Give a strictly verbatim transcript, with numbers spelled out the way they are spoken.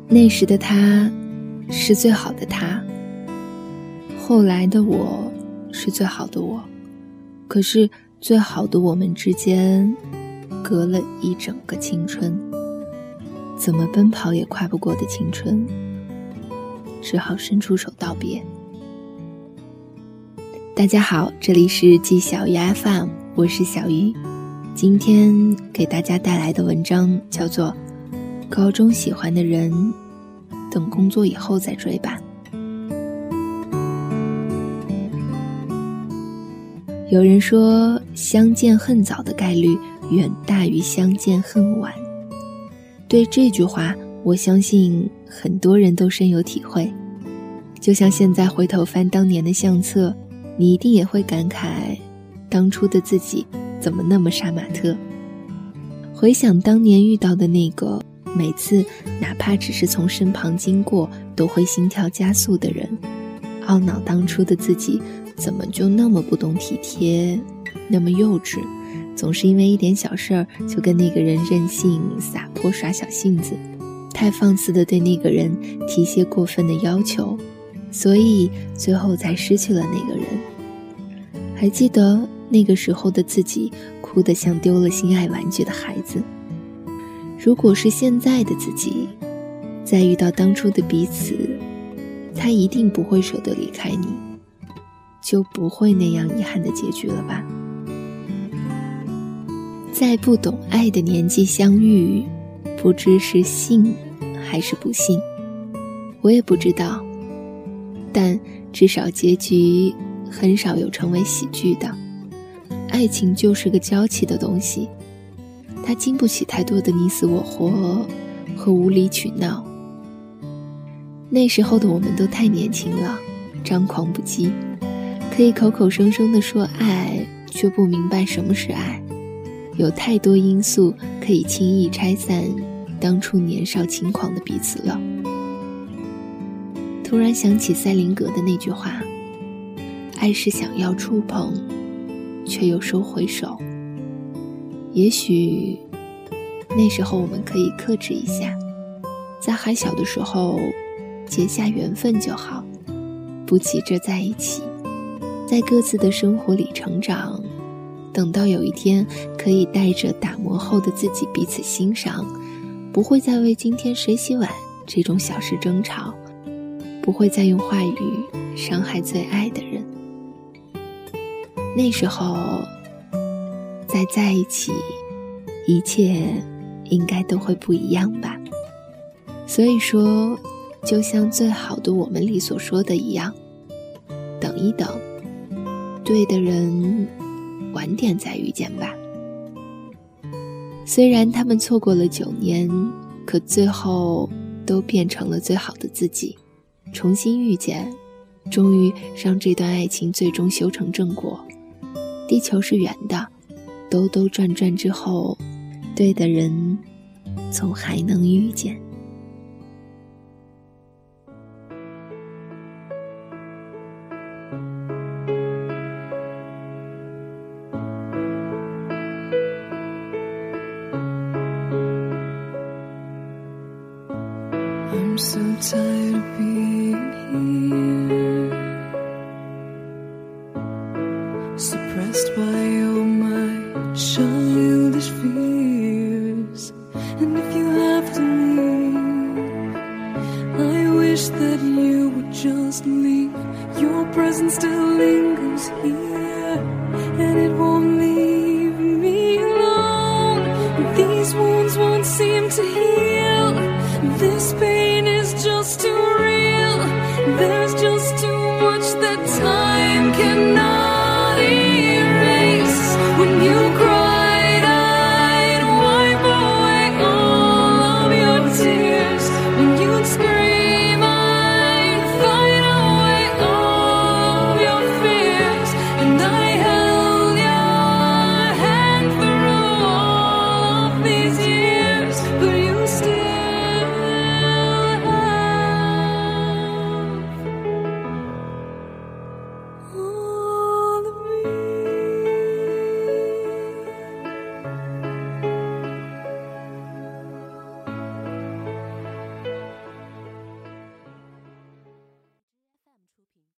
那时的他是最好的他，后来的我是最好的我，可是最好的我们之间隔了一整个青春，怎么奔跑也跨不过的青春，只好伸出手道别。大家好，这里是季小鱼 F M， 我是小鱼。今天给大家带来的文章叫做《高中喜欢的人，等工作以后再追吧》。有人说，相见恨早的概率远大于相见恨晚。对这句话，我相信很多人都深有体会。就像现在回头翻当年的相册，你一定也会感慨，当初的自己怎么那么杀马特。回想当年遇到的那个每次哪怕只是从身旁经过都会心跳加速的人，懊恼当初的自己怎么就那么不懂体贴，那么幼稚，总是因为一点小事儿就跟那个人任性撒泼耍小性子，太放肆地对那个人提些过分的要求，所以最后才失去了那个人。还记得那个时候的自己哭得像丢了心爱玩具的孩子。如果是现在的自己，再遇到当初的彼此，他一定不会舍得离开你，就不会那样遗憾的结局了吧。在不懂爱的年纪相遇，不知是幸还是不幸，我也不知道，但至少结局很少有成为喜剧的。爱情就是个娇气的东西，它经不起太多的你死我活和无理取闹。那时候的我们都太年轻了，张狂不羁，可以口口声声地说爱，却不明白什么是爱。有太多因素可以轻易拆散当初年少轻狂的彼此了。突然想起赛林格的那句话，爱是想要触碰却又收回手。也许那时候我们可以克制一下，在还小的时候结下缘分就好，不急着在一起，在各自的生活里成长，等到有一天可以带着打磨后的自己彼此欣赏，不会再为今天谁洗碗这种小事争吵，不会再用话语伤害最爱的人。那时候再在一起，一切应该都会不一样吧。所以说，就像最好的我们里所说的一样，等一等，对的人晚点再遇见吧。虽然他们错过了九年，可最后都变成了最好的自己，重新遇见，终于让这段爱情最终修成正果。地球是圆的，兜兜转转之后，对的人总还能遇见。 I'm so tired of being here, suppressed by all my childish fears. And if you have to leave, I wish that you would just leave. Your presence still lingers here, and it won't leave me alone. These wounds won't seem to heal. This pain is just too real. There's just